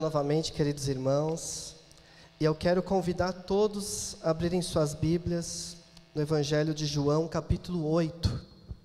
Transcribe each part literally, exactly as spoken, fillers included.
Novamente, queridos irmãos, e eu quero convidar todos a abrirem suas Bíblias no Evangelho de João, capítulo oito.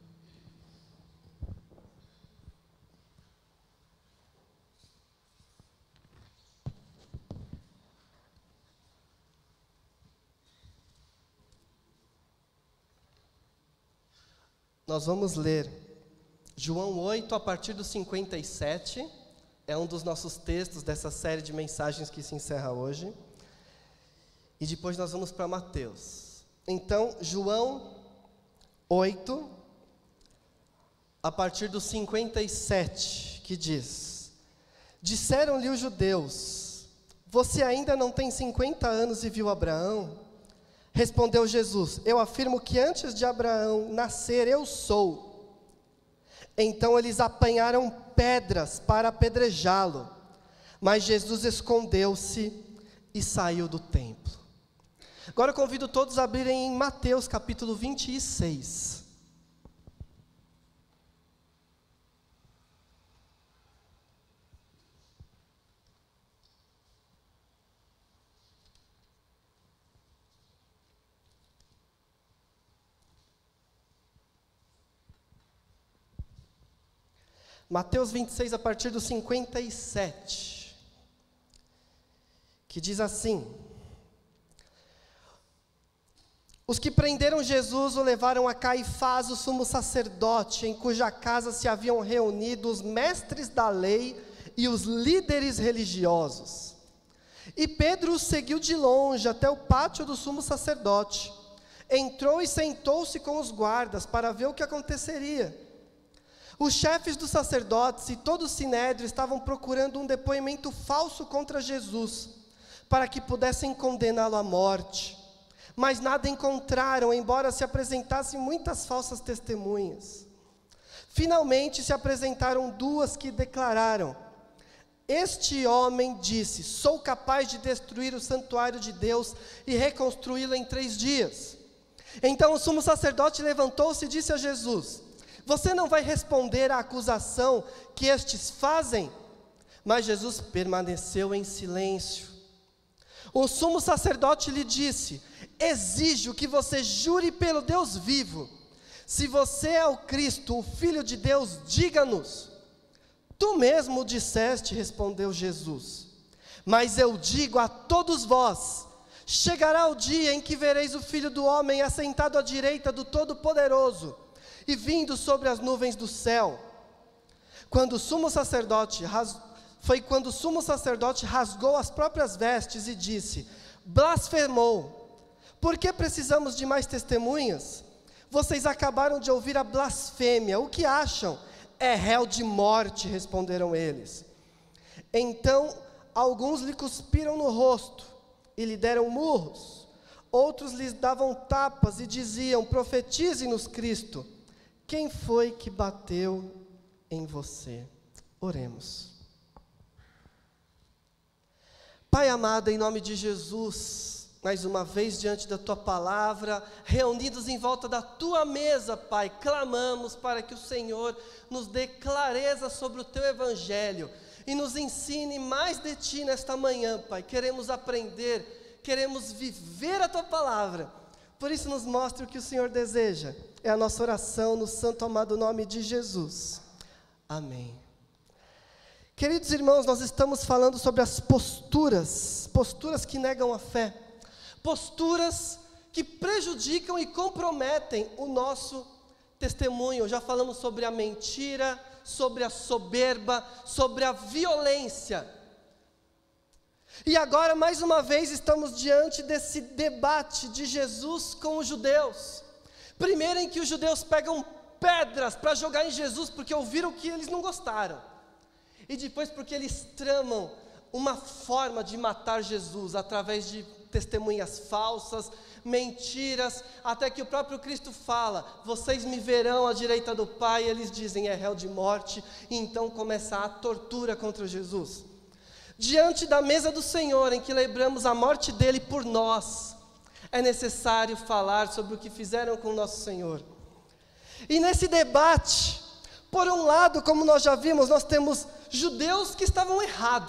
Nós vamos ler João oito a partir do cinquenta e sete. É um dos nossos textos dessa série de mensagens que se encerra hoje. E depois nós vamos para Mateus. Então, João oito, a partir do cinquenta e sete, que diz: Disseram-lhe os judeus: Você ainda não tem cinquenta anos e viu Abraão? Respondeu Jesus: Eu afirmo que antes de Abraão nascer, eu sou. Então eles apanharam pedras para apedrejá-lo, mas Jesus escondeu-se e saiu do templo. Agora eu convido todos a abrirem em Mateus capítulo vinte e seis. Mateus vinte e seis, a partir do cinquenta e sete, que diz assim: Os que prenderam Jesus o levaram a Caifás, o sumo sacerdote, em cuja casa se haviam reunido os mestres da lei e os líderes religiosos. E Pedro os seguiu de longe até o pátio do sumo sacerdote. Entrou e sentou-se com os guardas para ver o que aconteceria. Os chefes dos sacerdotes e todo o sinédrio estavam procurando um depoimento falso contra Jesus, para que pudessem condená-lo à morte. Mas nada encontraram, embora se apresentassem muitas falsas testemunhas. Finalmente se apresentaram duas que declararam: Este homem disse: Sou capaz de destruir o santuário de Deus e reconstruí-lo em três dias. Então o sumo sacerdote levantou-se e disse a Jesus: Você não vai responder à acusação que estes fazem? Mas Jesus permaneceu em silêncio. O sumo sacerdote lhe disse: Exijo que você jure pelo Deus vivo. Se você é o Cristo, o Filho de Deus, diga-nos. Tu mesmo o disseste, respondeu Jesus. Mas eu digo a todos vós: chegará o dia em que vereis o Filho do Homem assentado à direita do Todo-Poderoso e vindo sobre as nuvens do céu. Quando o sumo sacerdote ras... Foi quando o sumo sacerdote rasgou as próprias vestes e disse: Blasfemou. Por que precisamos de mais testemunhas? Vocês acabaram de ouvir a blasfêmia. O que acham? É réu de morte, responderam eles. Então alguns lhe cuspiram no rosto e lhe deram murros. Outros lhes davam tapas e diziam: Profetize-nos, Cristo. Quem foi que bateu em você? Oremos. Pai amado, em nome de Jesus, mais uma vez diante da Tua palavra, reunidos em volta da Tua mesa, Pai, clamamos para que o Senhor nos dê clareza sobre o Teu Evangelho e nos ensine mais de Ti nesta manhã, Pai. Queremos aprender, queremos viver a Tua palavra. Por isso nos mostre o que o Senhor deseja. É a nossa oração no santo amado nome de Jesus. Amém. Queridos irmãos, nós estamos falando sobre as posturas, posturas que negam a fé, posturas que prejudicam e comprometem o nosso testemunho. Já falamos sobre a mentira, sobre a soberba, sobre a violência. E agora, mais uma vez, estamos diante desse debate de Jesus com os judeus. Primeiro, em que os judeus pegam pedras para jogar em Jesus, porque ouviram que eles não gostaram. E depois porque eles tramam uma forma de matar Jesus, através de testemunhas falsas, mentiras, até que o próprio Cristo fala: Vocês me verão à direita do Pai. E eles dizem: É réu de morte. E então começa a tortura contra Jesus. Diante da mesa do Senhor, em que lembramos a morte dele por nós, é necessário falar sobre o que fizeram com o nosso Senhor. E nesse debate, por um lado, como nós já vimos, nós temos judeus que estavam errados.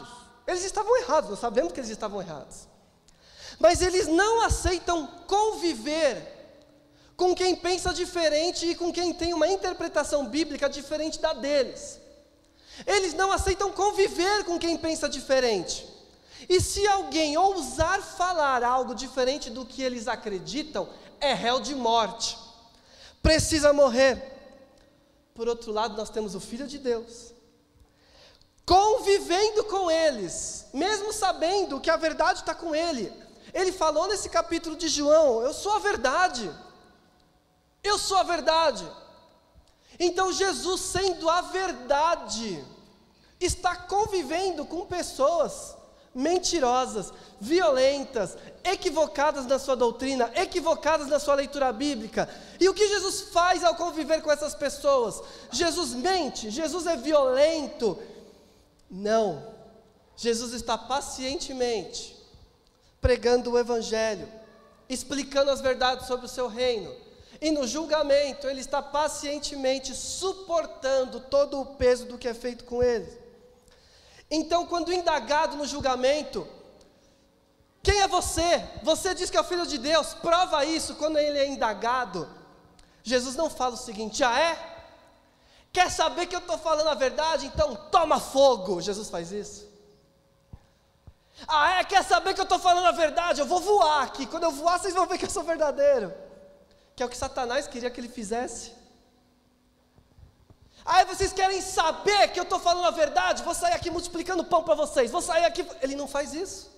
Eles estavam errados, nós sabemos que eles estavam errados. Mas eles não aceitam conviver com quem pensa diferente e com quem tem uma interpretação bíblica diferente da deles. Eles não aceitam conviver com quem pensa diferente. E se alguém ousar falar algo diferente do que eles acreditam, é réu de morte. Precisa morrer. Por outro lado, nós temos o Filho de Deus, convivendo com eles, mesmo sabendo que a verdade está com ele. Ele falou nesse capítulo de João: eu sou a verdade. Eu sou a verdade. Então Jesus, sendo a verdade, está convivendo com pessoas mentirosas, violentas, equivocadas na sua doutrina, equivocadas na sua leitura bíblica. E o que Jesus faz ao conviver com essas pessoas? Jesus mente? Jesus é violento? Não. Jesus está pacientemente pregando o Evangelho, explicando as verdades sobre o seu reino. E no julgamento, ele está pacientemente suportando todo o peso do que é feito com ele. Então, quando indagado no julgamento, quem é você? Você diz que é o Filho de Deus, prova isso. Quando ele é indagado, Jesus não fala o seguinte: ah é? Quer saber que eu estou falando a verdade? Então toma fogo. Jesus faz isso. Ah é? Quer saber que eu estou falando a verdade? Eu vou voar aqui. Quando eu voar, vocês vão ver que eu sou verdadeiro. Que é o que Satanás queria que ele fizesse. Aí vocês querem saber que eu estou falando a verdade? Vou sair aqui multiplicando pão para vocês. Vou sair aqui. Ele não faz isso.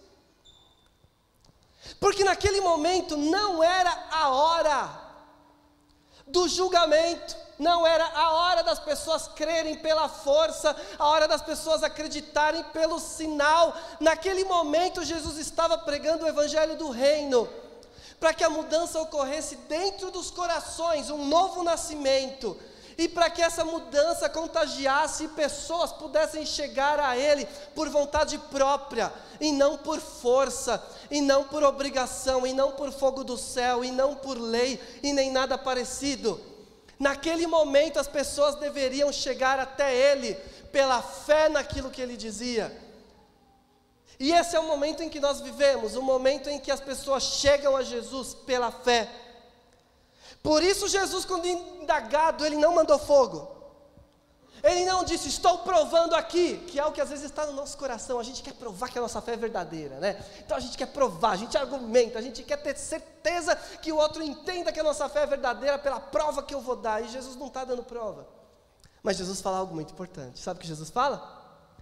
Porque naquele momento não era a hora do julgamento. Não era a hora das pessoas crerem pela força, a hora das pessoas acreditarem pelo sinal. Naquele momento Jesus estava pregando o Evangelho do Reino, para que a mudança ocorresse dentro dos corações, um novo nascimento, e para que essa mudança contagiasse e pessoas pudessem chegar a Ele por vontade própria, e não por força, e não por obrigação, e não por fogo do céu, e não por lei, e nem nada parecido. Naquele momento as pessoas deveriam chegar até Ele, pela fé naquilo que Ele dizia. E esse é o momento em que nós vivemos, o momento em que as pessoas chegam a Jesus pela fé. Por isso Jesus, quando indagado, ele não mandou fogo. Ele não disse: estou provando aqui, que é o que às vezes está no nosso coração. A gente quer provar que a nossa fé é verdadeira, né? Então a gente quer provar, a gente argumenta, a gente quer ter certeza que o outro entenda que a nossa fé é verdadeira pela prova que eu vou dar. E Jesus não está dando prova. Mas Jesus fala algo muito importante. Sabe o que Jesus fala?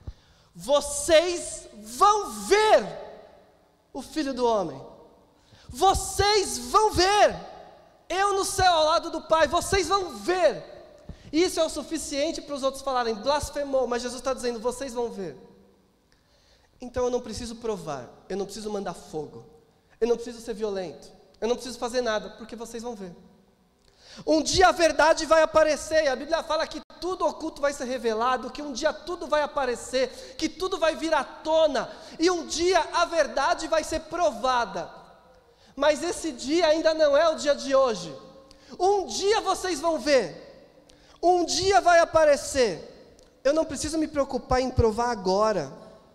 Vocês vão ver o Filho do Homem. Vocês vão ver. Eu no céu ao lado do Pai. Vocês vão ver. Isso é o suficiente para os outros falarem: blasfemou. Mas Jesus está dizendo: vocês vão ver. Então eu não preciso provar. Eu não preciso mandar fogo. Eu não preciso ser violento. Eu não preciso fazer nada, porque vocês vão ver. Um dia a verdade vai aparecer. E a Bíblia fala que tudo oculto vai ser revelado, que um dia tudo vai aparecer, que tudo vai vir à tona, e um dia a verdade vai ser provada. Mas esse dia ainda não é o dia de hoje. Um dia vocês vão ver, um dia vai aparecer. Eu não preciso me preocupar em provar agora.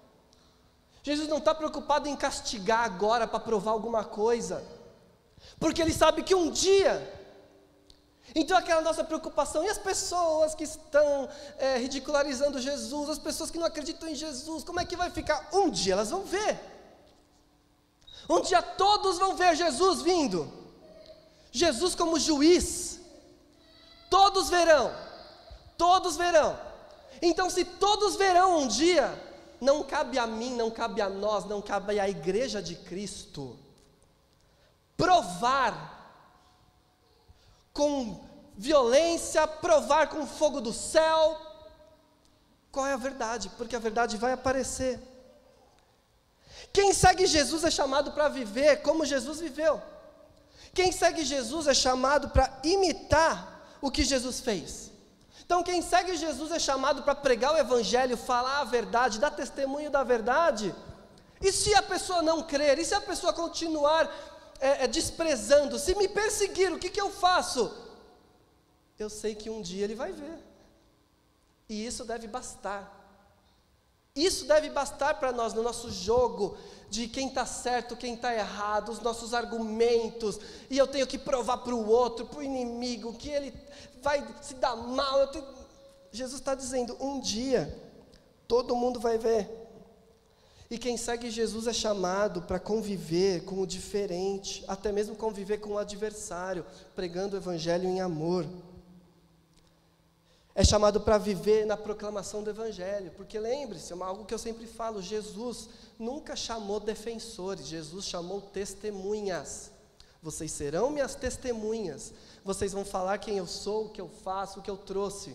Jesus não está preocupado em castigar agora para provar alguma coisa, porque Ele sabe que um dia... Então aquela nossa preocupação, e as pessoas que estão é, ridicularizando Jesus, as pessoas que não acreditam em Jesus, como é que vai ficar? Um dia elas vão ver. Um dia todos vão ver Jesus vindo. Jesus como juiz. Todos verão. Todos verão. Então se todos verão um dia, não cabe a mim, não cabe a nós, não cabe à igreja de Cristo provar com violência, provar com fogo do céu qual é a verdade, porque a verdade vai aparecer. Quem segue Jesus é chamado para viver como Jesus viveu. Quem segue Jesus é chamado para imitar o que Jesus fez. Então quem segue Jesus é chamado para pregar o Evangelho, falar a verdade, dar testemunho da verdade. E se a pessoa não crer, e se a pessoa continuar É, é, desprezando, se me perseguir, o que, que eu faço? Eu sei que um dia ele vai ver, e isso deve bastar. Isso deve bastar para nós no nosso jogo de quem está certo, quem está errado, os nossos argumentos, e eu tenho que provar para o outro, para o inimigo, que ele vai se dar mal. Eu tenho... Jesus está dizendo, um dia, todo mundo vai ver. E quem segue Jesus é chamado para conviver com o diferente, até mesmo conviver com o adversário, pregando o evangelho em amor. É chamado para viver na proclamação do evangelho, porque lembre-se, é algo que eu sempre falo, Jesus nunca chamou defensores, Jesus chamou testemunhas. Vocês serão minhas testemunhas, vocês vão falar quem eu sou, o que eu faço, o que eu trouxe.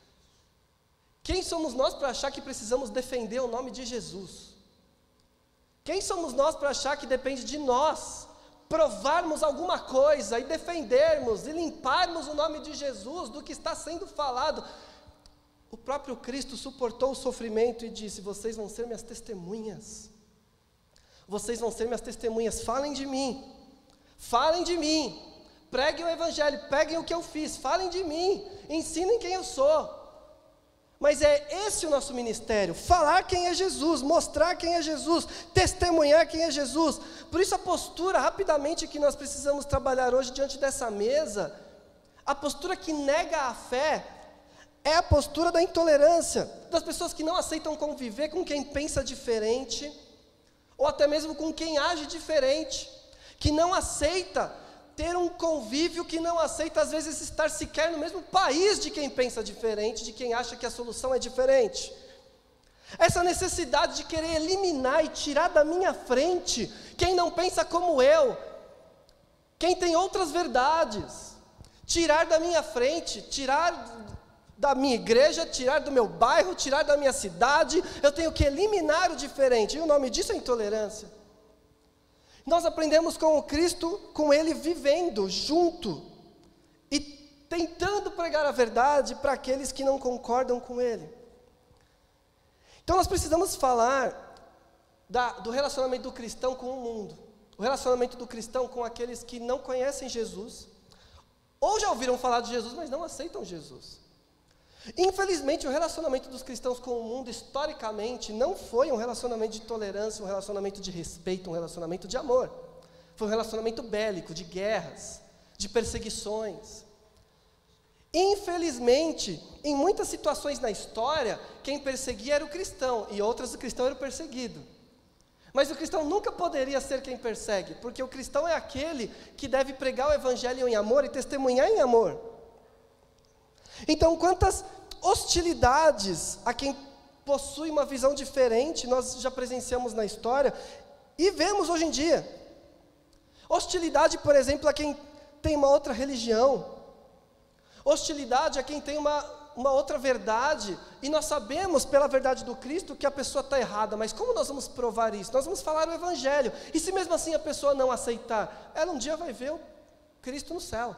Quem somos nós para achar que precisamos defender o nome de Jesus? Quem somos nós para achar que depende de nós provarmos alguma coisa e defendermos e limparmos o nome de Jesus do que está sendo falado? O próprio Cristo suportou o sofrimento e disse, vocês vão ser minhas testemunhas, vocês vão ser minhas testemunhas, falem de mim, falem de mim, preguem o evangelho, peguem o que eu fiz, falem de mim, ensinem quem eu sou. Mas é esse o nosso ministério, falar quem é Jesus, mostrar quem é Jesus, testemunhar quem é Jesus. Por isso a postura, rapidamente, que nós precisamos trabalhar hoje diante dessa mesa, a postura que nega a fé, é a postura da intolerância, das pessoas que não aceitam conviver com quem pensa diferente, ou até mesmo com quem age diferente, que não aceita ter um convívio, que não aceita às vezes estar sequer no mesmo país de quem pensa diferente, de quem acha que a solução é diferente. Essa necessidade de querer eliminar e tirar da minha frente quem não pensa como eu, quem tem outras verdades, tirar da minha frente, tirar da minha igreja, tirar do meu bairro, tirar da minha cidade, eu tenho que eliminar o diferente, e o nome disso é intolerância. Nós aprendemos com o Cristo, com Ele vivendo junto e tentando pregar a verdade para aqueles que não concordam com Ele. Então nós precisamos falar da, do relacionamento do cristão com o mundo, o relacionamento do cristão com aqueles que não conhecem Jesus, ou já ouviram falar de Jesus, mas não aceitam Jesus. Infelizmente, o relacionamento dos cristãos com o mundo, historicamente, não foi um relacionamento de tolerância, um relacionamento de respeito, um relacionamento de amor. Foi um relacionamento bélico, de guerras, de perseguições. Infelizmente, em muitas situações na história, quem perseguia era o cristão, e outras o cristão era o perseguido. Mas o cristão nunca poderia ser quem persegue, porque o cristão é aquele que deve pregar o evangelho em amor e testemunhar em amor. Então, quantas hostilidades a quem possui uma visão diferente nós já presenciamos na história e vemos hoje em dia. Hostilidade, por exemplo, a quem tem uma outra religião. Hostilidade a quem tem uma, uma outra verdade, e nós sabemos pela verdade do Cristo que a pessoa está errada, mas como nós vamos provar isso? Nós vamos falar o evangelho, e se mesmo assim a pessoa não aceitar, ela um dia vai ver o Cristo no céu.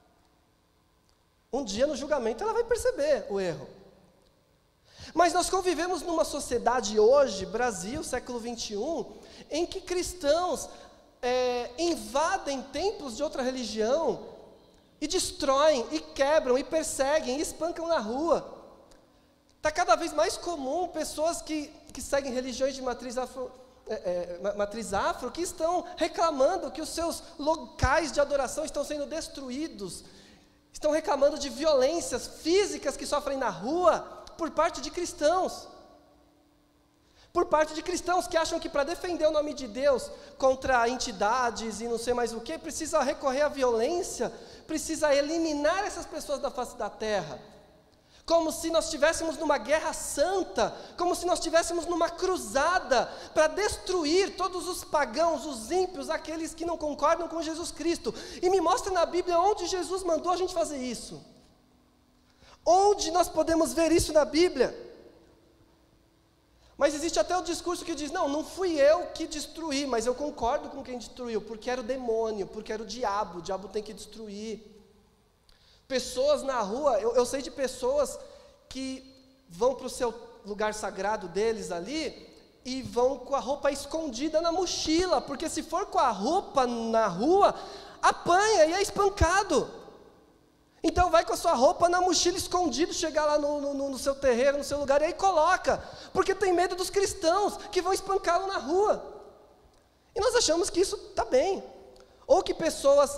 Um dia no julgamento ela vai perceber o erro. Mas nós convivemos numa sociedade hoje, Brasil, século vinte e um, em que cristãos é, invadem templos de outra religião e destroem, e quebram, e perseguem, e espancam na rua. Está cada vez mais comum pessoas que, que seguem religiões de matriz afro, é, é, matriz afro, que estão reclamando que os seus locais de adoração estão sendo destruídos, estão reclamando de violências físicas que sofrem na rua por parte de cristãos. Por parte de cristãos que acham que para defender o nome de Deus contra entidades e não sei mais o que, precisa recorrer à violência, precisa eliminar essas pessoas da face da terra. Como se nós estivéssemos numa guerra santa, como se nós estivéssemos numa cruzada para destruir todos os pagãos, os ímpios, aqueles que não concordam com Jesus Cristo. E me mostra na Bíblia onde Jesus mandou a gente fazer isso. Onde nós podemos ver isso na Bíblia? Mas existe até o discurso que diz, não, não fui eu que destruí, mas eu concordo com quem destruiu, porque era o demônio, porque era o diabo, o diabo tem que destruir. Pessoas na rua, eu, eu sei de pessoas que vão para o seu lugar sagrado deles ali, e vão com a roupa escondida na mochila, porque se for com a roupa na rua, apanha e é espancado. Então vai com a sua roupa na mochila escondido, chegar lá no, no, no seu terreiro, no seu lugar, e aí coloca, porque tem medo dos cristãos que vão espancá-lo na rua. E nós achamos que isso está bem. Ou que pessoas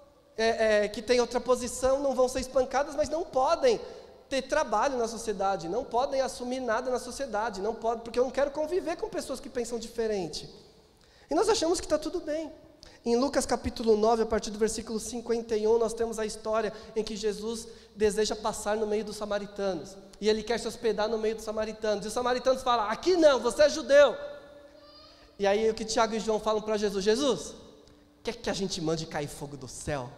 é, é, que têm outra posição não vão ser espancadas, mas não podem ter trabalho na sociedade, não podem assumir nada na sociedade, não podem, porque eu não quero conviver com pessoas que pensam diferente. E nós achamos que está tudo bem. Em Lucas capítulo nove, a partir do versículo cinquenta e um, nós temos a história em que Jesus deseja passar no meio dos samaritanos. E ele quer se hospedar no meio dos samaritanos. E os samaritanos falam, aqui não, você é judeu. E aí o que Tiago e João falam para Jesus, Jesus, quer que a gente mande cair fogo do céu?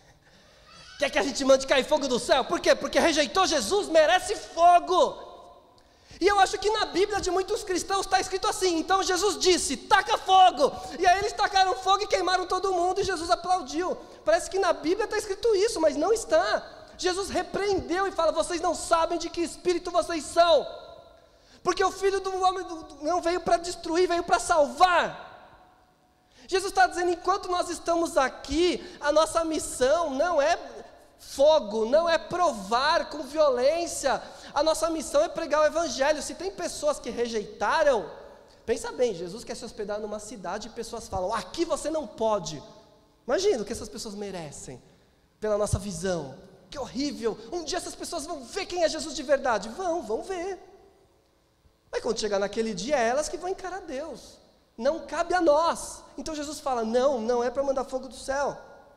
Quer que a gente mande cair fogo do céu? Por quê? Porque rejeitou Jesus, merece fogo. E eu acho que na Bíblia de muitos cristãos está escrito assim, então Jesus disse, taca fogo, e aí eles tacaram fogo e queimaram todo mundo, e Jesus aplaudiu. Parece que na Bíblia está escrito isso, mas não está. Jesus repreendeu e fala, vocês não sabem de que espírito vocês são, porque o Filho do Homem não veio para destruir, veio para salvar. Jesus está dizendo, enquanto nós estamos aqui, a nossa missão não é fogo, não é provar com violência, a nossa missão é pregar o Evangelho. Se tem pessoas que rejeitaram, pensa bem, Jesus quer se hospedar numa cidade e pessoas falam, aqui você não pode. Imagina o que essas pessoas merecem, pela nossa visão, que horrível, um dia essas pessoas vão ver quem é Jesus de verdade, vão, vão ver, mas quando chegar naquele dia, é elas que vão encarar Deus, não cabe a nós. Então Jesus fala, não, não é para mandar fogo do céu.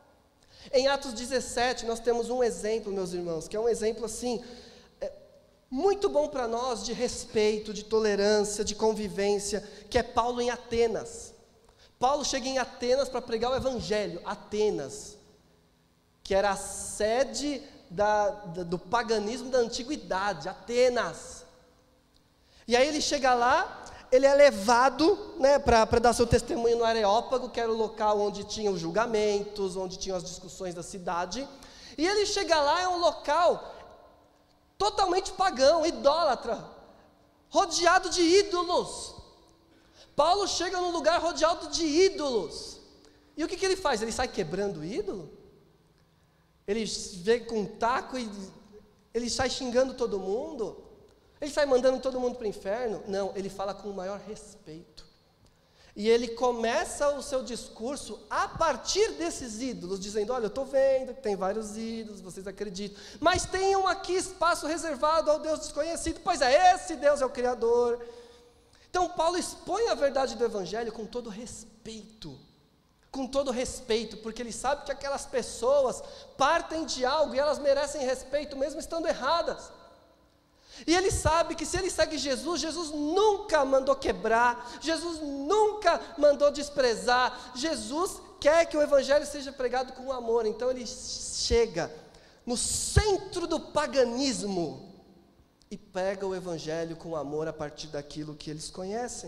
Em Atos dezessete, nós temos um exemplo, meus irmãos, que é um exemplo assim, é, muito bom para nós, de respeito, de tolerância, de convivência, que é Paulo em Atenas. Paulo chega em Atenas para pregar o Evangelho, Atenas, que era a sede da, da, do paganismo da antiguidade, Atenas. E aí ele chega lá, ele é levado, né, para dar seu testemunho no Areópago, que era o local onde tinham os julgamentos, onde tinham as discussões da cidade, e ele chega lá, é um local totalmente pagão, idólatra, rodeado de ídolos. Paulo chega num lugar rodeado de ídolos, e o que, que ele faz? Ele sai quebrando o ídolo? Ele vem com um taco e ele sai xingando todo mundo? Ele sai mandando todo mundo para o inferno? Não, ele fala com o maior respeito. E ele começa o seu discurso a partir desses ídolos, dizendo, olha, eu estou vendo que tem vários ídolos, vocês acreditam, mas tem um aqui espaço reservado ao Deus desconhecido, pois é, esse Deus é o Criador. Então Paulo expõe a verdade do Evangelho com todo respeito, com todo respeito, porque ele sabe que aquelas pessoas partem de algo e elas merecem respeito mesmo estando erradas. E ele sabe que se ele segue Jesus, Jesus nunca mandou quebrar, Jesus nunca mandou desprezar, Jesus quer que o Evangelho seja pregado com amor. Então ele chega no centro do paganismo e prega o Evangelho com amor a partir daquilo que eles conhecem.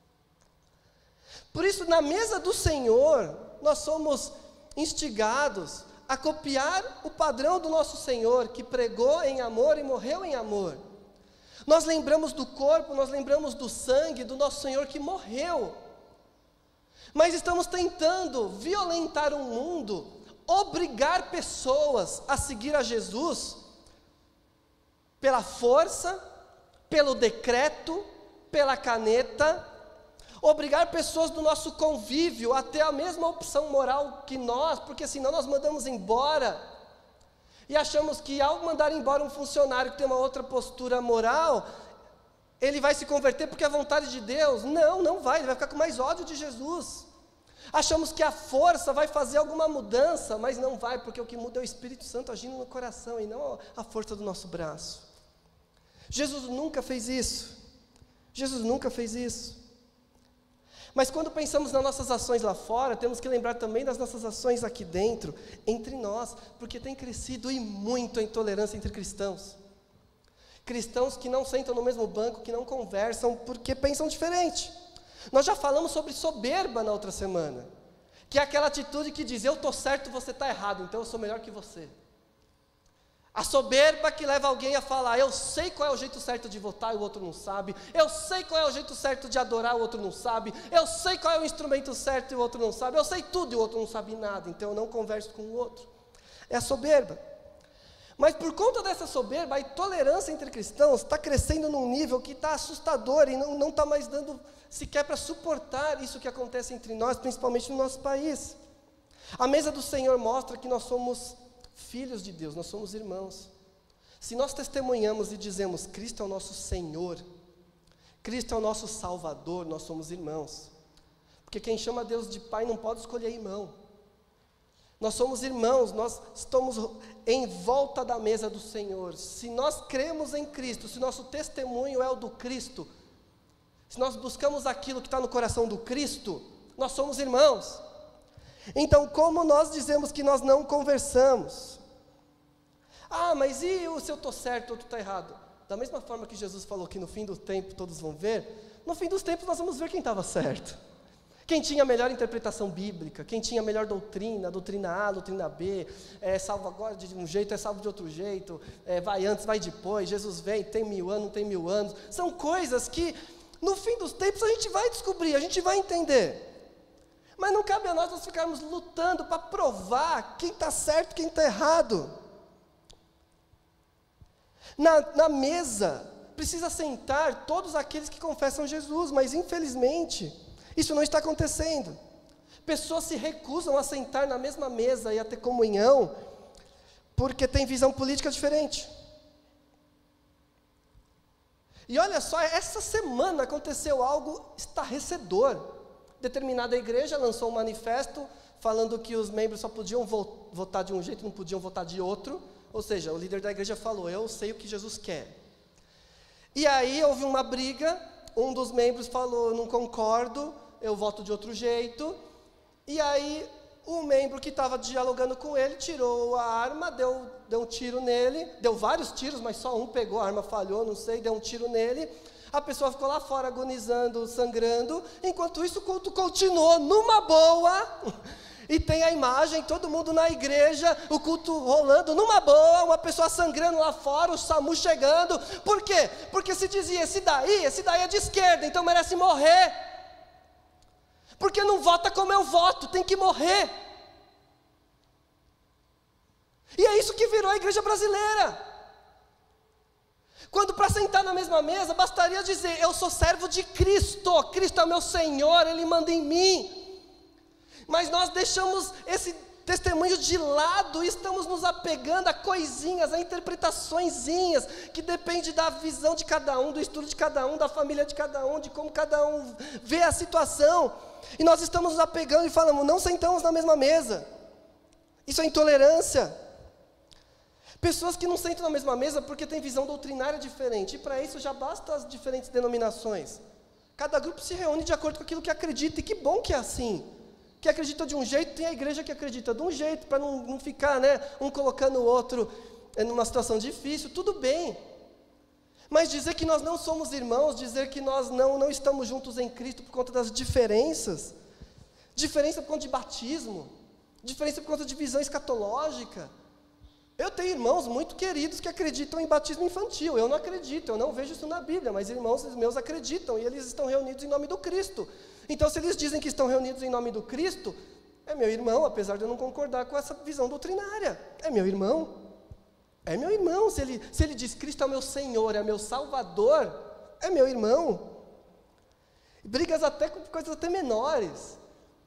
Por isso, na mesa do Senhor, nós somos instigados a copiar o padrão do nosso Senhor, que pregou em amor e morreu em amor. Nós lembramos do corpo, nós lembramos do sangue do nosso Senhor que morreu. Mas estamos tentando violentar o mundo, obrigar pessoas a seguir a Jesus pela força, pelo decreto, pela caneta, obrigar pessoas do nosso convívio a ter a mesma opção moral que nós, porque senão nós mandamos embora. E achamos que ao mandar embora um funcionário que tem uma outra postura moral, ele vai se converter porque é vontade de Deus. Não, não vai, ele vai ficar com mais ódio de Jesus. Achamos que a força vai fazer alguma mudança, mas não vai, porque o que muda é o Espírito Santo agindo no coração e não a força do nosso braço. Jesus nunca fez isso. Jesus nunca fez isso. Mas quando pensamos nas nossas ações lá fora, temos que lembrar também das nossas ações aqui dentro, entre nós, porque tem crescido e muito a intolerância entre cristãos. Cristãos que não sentam no mesmo banco, que não conversam, porque pensam diferente. Nós já falamos sobre soberba na outra semana, que é aquela atitude que diz, eu estou certo, você está errado, então eu sou melhor que você. A soberba que leva alguém a falar, eu sei qual é o jeito certo de votar e o outro não sabe, eu sei qual é o jeito certo de adorar e o outro não sabe, eu sei qual é o instrumento certo e o outro não sabe, eu sei tudo e o outro não sabe nada, então eu não converso com o outro. É a soberba. Mas por conta dessa soberba, a intolerância entre cristãos está crescendo num nível que está assustador e não está mais dando sequer para suportar isso que acontece entre nós, principalmente no nosso país. A mesa do Senhor mostra que nós somos filhos de Deus, nós somos irmãos. Se nós testemunhamos e dizemos Cristo é o nosso Senhor, Cristo é o nosso Salvador, nós somos irmãos. Porque quem chama Deus de Pai não pode escolher irmão. Nós somos irmãos, nós estamos em volta da mesa do Senhor. Se nós cremos em Cristo, se nosso testemunho é o do Cristo, se nós buscamos aquilo que está no coração do Cristo, nós somos irmãos. Então, como nós dizemos que nós não conversamos? Ah, mas e se eu estou certo ou tu está errado? Da mesma forma que Jesus falou que no fim do tempo todos vão ver, no fim dos tempos nós vamos ver quem estava certo. Quem tinha a melhor interpretação bíblica, quem tinha a melhor doutrina, doutrina A, doutrina B, é salvo agora de um jeito, é salvo de outro jeito, é, vai antes, vai depois, Jesus vem, tem mil anos, não tem mil anos. São coisas que, no fim dos tempos, a gente vai descobrir, a gente vai entender. Mas não cabe a nós nós ficarmos lutando para provar quem está certo e quem está errado. Na, na mesa, precisa sentar todos aqueles que confessam Jesus, mas infelizmente isso não está acontecendo. Pessoas se recusam a sentar na mesma mesa e a ter comunhão, porque tem visão política diferente. E olha só, essa semana aconteceu algo estarrecedor. Determinada igreja lançou um manifesto falando que os membros só podiam vo- votar de um jeito, não podiam votar de outro. Ou seja, o líder da igreja falou, eu sei o que Jesus quer. E aí houve uma briga, um dos membros falou, não concordo, eu voto de outro jeito, e aí o membro que estava dialogando com ele tirou a arma, deu, deu um tiro nele, deu vários tiros, mas só um pegou, a arma falhou, não sei, deu um tiro nele, a pessoa ficou lá fora agonizando, sangrando, enquanto isso o culto continuou numa boa, e tem a imagem, todo mundo na igreja, o culto rolando numa boa, uma pessoa sangrando lá fora, o SAMU chegando, por quê? Porque se dizia, esse daí, esse daí é de esquerda, então merece morrer, porque não vota como eu voto, tem que morrer. E é isso que virou a igreja brasileira. Quando para sentar na mesma mesa, bastaria dizer, eu sou servo de Cristo, Cristo é meu Senhor, Ele manda em mim. Mas nós deixamos esse testemunho de lado e estamos nos apegando a coisinhas, a interpretaçõezinhas, que depende da visão de cada um, do estudo de cada um, da família de cada um, de como cada um vê a situação. E nós estamos nos apegando e falamos, não sentamos na mesma mesa. Isso é intolerância. Pessoas que não sentam na mesma mesa porque têm visão doutrinária diferente. E para isso já basta as diferentes denominações. Cada grupo se reúne de acordo com aquilo que acredita. E que bom que é assim. Que acredita de um jeito, tem a igreja que acredita de um jeito, para não, não ficar, né, um colocando o outro numa situação difícil, tudo bem. Mas dizer que nós não somos irmãos, dizer que nós não, não estamos juntos em Cristo por conta das diferenças, diferença por conta de batismo, diferença por conta de visão escatológica. Eu tenho irmãos muito queridos que acreditam em batismo infantil, eu não acredito, eu não vejo isso na Bíblia, mas irmãos meus acreditam, e eles estão reunidos em nome do Cristo. Então, se eles dizem que estão reunidos em nome do Cristo, é meu irmão, apesar de eu não concordar com essa visão doutrinária, é meu irmão, é meu irmão, se ele, se ele diz Cristo é o meu Senhor, é meu Salvador, é meu irmão. Brigas até com coisas até menores,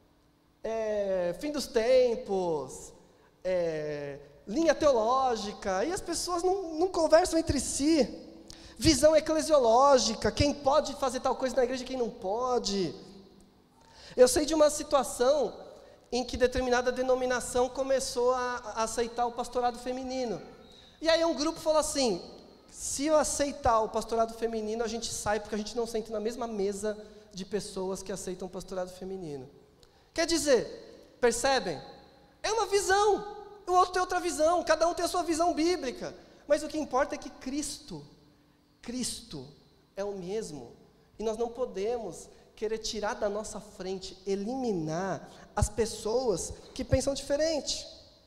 é, fim dos tempos, é, linha teológica, e as pessoas não, não conversam entre si, visão eclesiológica, quem pode fazer tal coisa na igreja e quem não pode. Eu sei de uma situação em que determinada denominação começou a, a aceitar o pastorado feminino. E aí um grupo falou assim, se eu aceitar o pastorado feminino, a gente sai porque a gente não senta na mesma mesa de pessoas que aceitam o pastorado feminino. Quer dizer, percebem? É uma visão, o outro tem outra visão, cada um tem a sua visão bíblica. Mas o que importa é que Cristo, Cristo é o mesmo. E nós não podemos querer tirar da nossa frente, eliminar as pessoas que pensam diferente.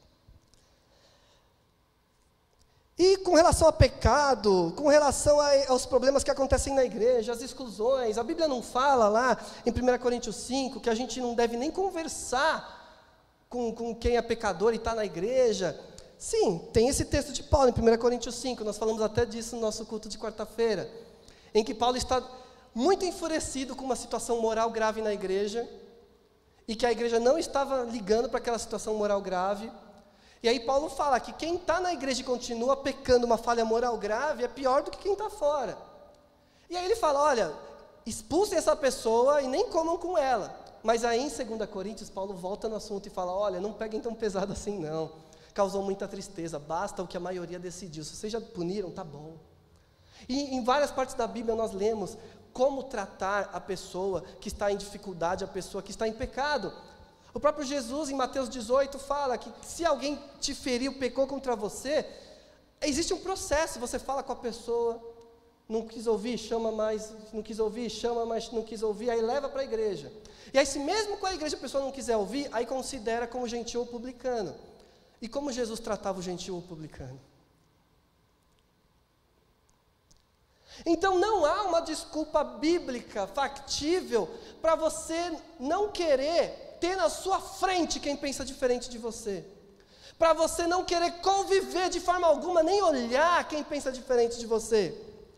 E com relação a pecado, com relação a, aos problemas que acontecem na igreja, as exclusões, a Bíblia não fala lá em primeira Coríntios cinco que a gente não deve nem conversar com, com quem é pecador e está na igreja, Sim, tem esse texto de Paulo em primeira Coríntios cinco, nós falamos até disso no nosso culto de quarta-feira, em que Paulo está muito enfurecido com uma situação moral grave na igreja, e que a igreja não estava ligando para aquela situação moral grave. E aí Paulo fala que quem está na igreja e continua pecando uma falha moral grave é pior do que quem está fora. E aí ele fala, olha, expulsem essa pessoa e nem comam com ela. Mas aí em segunda Coríntios, Paulo volta no assunto e fala, olha, não peguem tão pesado assim não, causou muita tristeza, basta o que a maioria decidiu, se vocês já puniram, tá bom. E em várias partes da Bíblia nós lemos como tratar a pessoa que está em dificuldade, a pessoa que está em pecado. O próprio Jesus, em Mateus dezoito, fala que se alguém te feriu, pecou contra você, existe um processo, você fala com a pessoa, não quis ouvir, chama mais, não quis ouvir, chama mais, não quis ouvir, aí leva para a igreja. E aí se mesmo com a igreja a pessoa não quiser ouvir, aí considera como gentil ou publicano. E como Jesus tratava o gentil ou publicano? Então não há uma desculpa bíblica, factível, para você não querer ter na sua frente quem pensa diferente de você. Para você não querer conviver de forma alguma, nem olhar quem pensa diferente de você.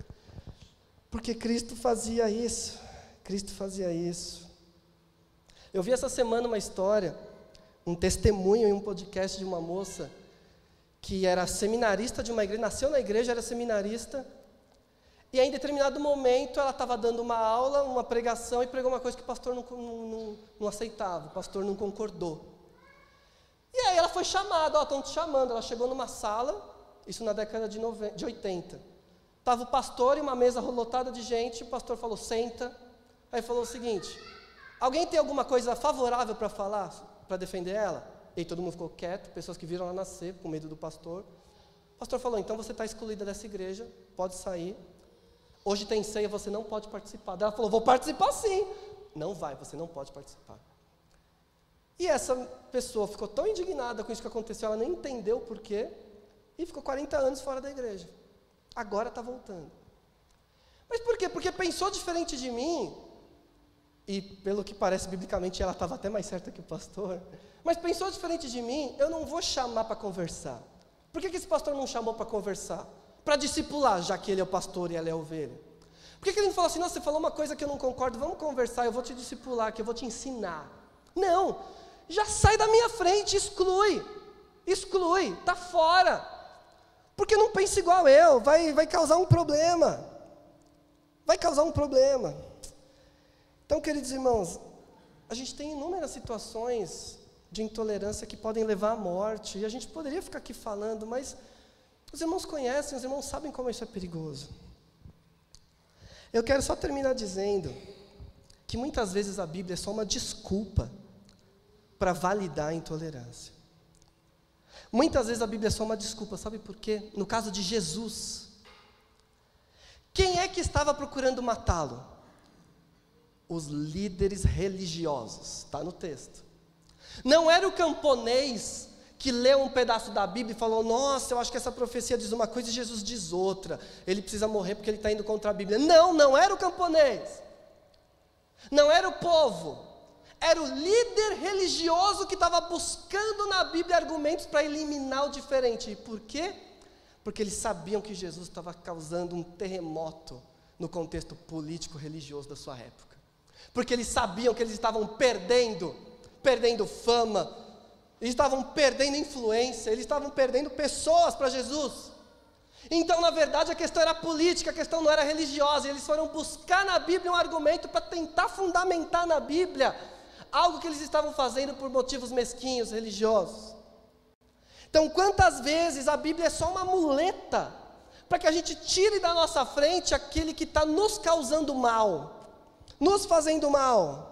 Porque Cristo fazia isso. Cristo fazia isso. Eu vi essa semana uma história, um testemunho em um podcast de uma moça que era seminarista de uma igreja, nasceu na igreja, era seminarista. E aí, em determinado momento, ela estava dando uma aula, uma pregação, e pregou uma coisa que o pastor não, não, não, não aceitava, o pastor não concordou. E aí ela foi chamada, ó, estão te chamando. Ela chegou numa sala, isso na década de, noventa, de oitenta. Estava o pastor e uma mesa lotada de gente, o pastor falou, senta. Aí falou o seguinte, alguém tem alguma coisa favorável para falar, para defender ela? E aí todo mundo ficou quieto, pessoas que viram ela nascer, com medo do pastor. O pastor falou, então você está excluída dessa igreja, pode sair. Hoje tem ceia, você não pode participar. Ela falou, vou participar sim. Não vai, você não pode participar. E essa pessoa ficou tão indignada com isso que aconteceu, ela nem entendeu o porquê, e ficou quarenta anos fora da igreja. Agora está voltando. Mas por quê? Porque pensou diferente de mim, e pelo que parece biblicamente ela estava até mais certa que o pastor, mas pensou diferente de mim, eu não vou chamar para conversar. Por que que esse pastor não chamou para conversar? Para discipular, já que ele é o pastor e ela é a ovelha. Por que que ele não falou assim, não, você falou uma coisa que eu não concordo, vamos conversar, eu vou te discipular, que eu vou te ensinar. Não, já sai da minha frente, exclui, exclui, está fora. Porque não pensa igual eu, vai, vai causar um problema. Vai causar um problema. Então, queridos irmãos, a gente tem inúmeras situações de intolerância que podem levar à morte, e a gente poderia ficar aqui falando, mas os irmãos conhecem, os irmãos sabem como isso é perigoso. Eu quero só terminar dizendo que muitas vezes a Bíblia é só uma desculpa para validar a intolerância. Muitas vezes a Bíblia é só uma desculpa, sabe por quê? No caso de Jesus, quem é que estava procurando matá-lo? Os líderes religiosos, está no texto. Não era o camponês que leu um pedaço da Bíblia e falou, nossa, eu acho que essa profecia diz uma coisa e Jesus diz outra, ele precisa morrer porque ele está indo contra a Bíblia. Não, não era o camponês, não era o povo, era o líder religioso que estava buscando na Bíblia argumentos para eliminar o diferente. E por quê? Porque eles sabiam que Jesus estava causando um terremoto no contexto político-religioso da sua época. Porque eles sabiam que eles estavam perdendo, perdendo fama, eles estavam perdendo influência, eles estavam perdendo pessoas para Jesus. Então, na verdade, a questão era política, a questão não era religiosa. Eles foram buscar na Bíblia um argumento para tentar fundamentar na Bíblia algo que eles estavam fazendo por motivos mesquinhos, religiosos. Então, quantas vezes a Bíblia é só uma muleta para que a gente tire da nossa frente aquele que está nos causando mal, nos fazendo mal.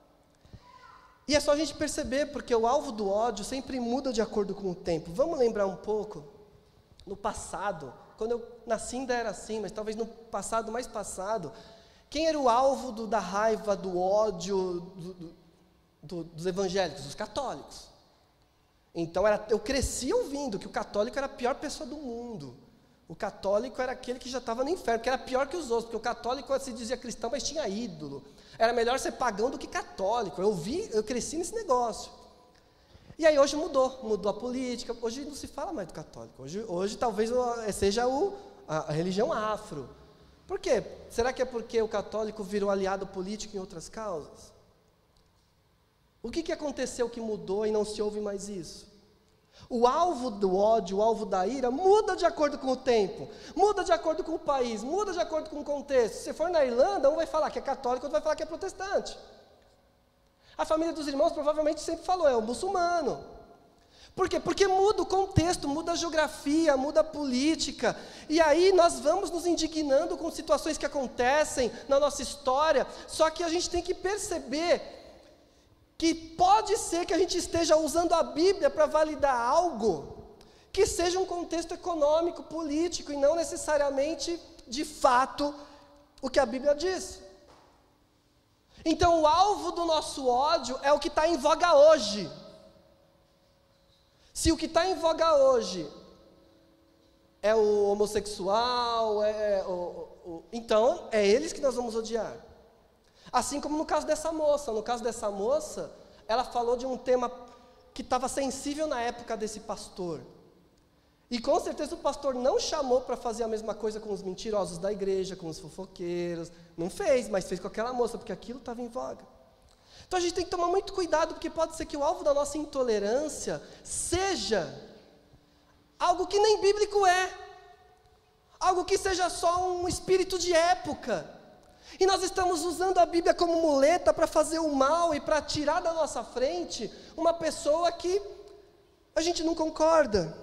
E é só a gente perceber, porque o alvo do ódio sempre muda de acordo com o tempo. Vamos lembrar um pouco, no passado, quando eu nasci ainda era assim, mas talvez no passado mais passado, quem era o alvo do, da raiva, do ódio do, do, do, dos evangélicos? Os católicos. Então era, eu cresci ouvindo que o católico era a pior pessoa do mundo. O católico era aquele que já estava no inferno, que era pior que os outros, porque o católico se dizia cristão, mas tinha ídolo. Era melhor ser pagão do que católico. Eu vi, eu cresci nesse negócio. E aí hoje mudou, mudou a política, hoje não se fala mais do católico, hoje, hoje talvez seja o, a, a religião afro. Por quê? Será que é porque o católico virou aliado político em outras causas? O que, que aconteceu que mudou e não se ouve mais isso? O alvo do ódio, o alvo da ira, muda de acordo com o tempo, muda de acordo com o país, muda de acordo com o contexto. Se for na Irlanda, um vai falar que é católico, outro vai falar que é protestante. A família dos irmãos provavelmente sempre falou, é o muçulmano. Por quê? Porque muda o contexto, muda a geografia, muda a política. E aí nós vamos nos indignando com situações que acontecem na nossa história, só que a gente tem que perceber que pode ser que a gente esteja usando a Bíblia para validar algo que seja um contexto econômico, político, e não necessariamente, de fato, o que a Bíblia diz. Então, o alvo do nosso ódio é o que está em voga hoje. Se o que está em voga hoje é o homossexual, é o, o, então é eles que nós vamos odiar. Assim como no caso dessa moça. No caso dessa moça, ela falou de um tema que estava sensível na época desse pastor. E com certeza o pastor não chamou para fazer a mesma coisa com os mentirosos da igreja, com os fofoqueiros. Não fez, mas fez com aquela moça, porque aquilo estava em voga. Então a gente tem que tomar muito cuidado, porque pode ser que o alvo da nossa intolerância seja algo que nem bíblico é. Algo que seja só um espírito de época. E nós estamos usando a Bíblia como muleta para fazer o mal e para tirar da nossa frente uma pessoa que a gente não concorda.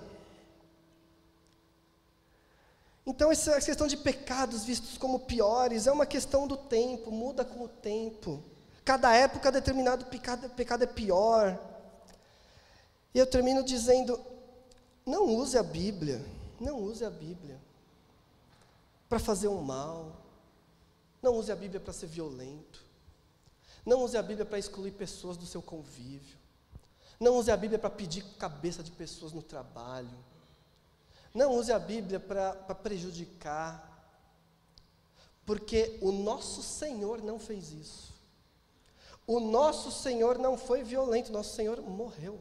Então essa questão de pecados vistos como piores é uma questão do tempo, muda com o tempo. Cada época determinado pecado, pecado é pior. E eu termino dizendo, não use a Bíblia, não use a Bíblia para fazer o mal. Não use a Bíblia para ser violento. Não use a Bíblia para excluir pessoas do seu convívio. Não use a Bíblia para pedir cabeça de pessoas no trabalho. Não use a Bíblia para prejudicar. Porque o nosso Senhor não fez isso. O nosso Senhor não foi violento, o nosso Senhor morreu.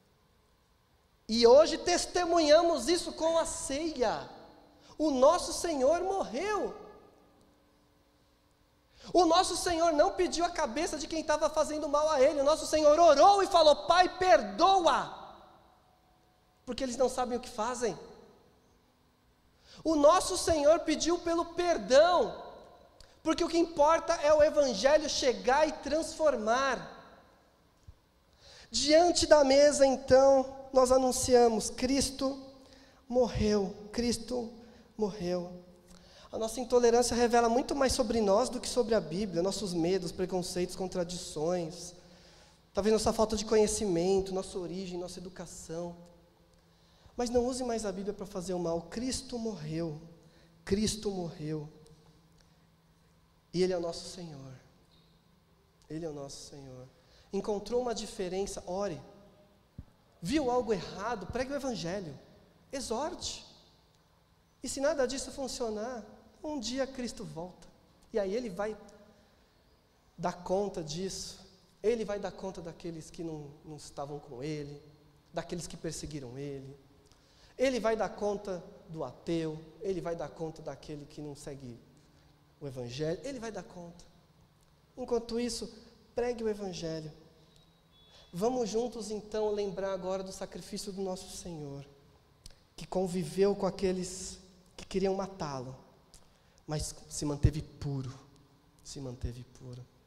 E hoje testemunhamos isso com a ceia. O nosso Senhor morreu. O nosso Senhor não pediu a cabeça de quem estava fazendo mal a Ele. O nosso Senhor orou e falou, Pai, perdoa. Porque eles não sabem o que fazem. O nosso Senhor pediu pelo perdão. Porque o que importa é o Evangelho chegar e transformar. Diante da mesa, então, nós anunciamos, Cristo morreu, Cristo morreu. A nossa intolerância revela muito mais sobre nós do que sobre a Bíblia, nossos medos, preconceitos, contradições, talvez nossa falta de conhecimento, nossa origem, nossa educação. Mas não use mais a Bíblia para fazer o mal. Cristo morreu, Cristo morreu. E Ele é o nosso Senhor. Ele é o nosso Senhor. Encontrou uma diferença, ore. Viu algo errado, pregue o Evangelho. Exorte. E se nada disso funcionar, um dia Cristo volta. E aí Ele vai dar conta disso. Ele vai dar conta daqueles que não, não estavam com Ele, daqueles que perseguiram Ele. Ele vai dar conta do ateu. Ele vai dar conta daquele que não segue o Evangelho. Ele vai dar conta. Enquanto isso, pregue o Evangelho. Vamos juntos então lembrar agora do sacrifício do nosso Senhor, que conviveu com aqueles que queriam matá-lo, mas se manteve puro, se manteve puro.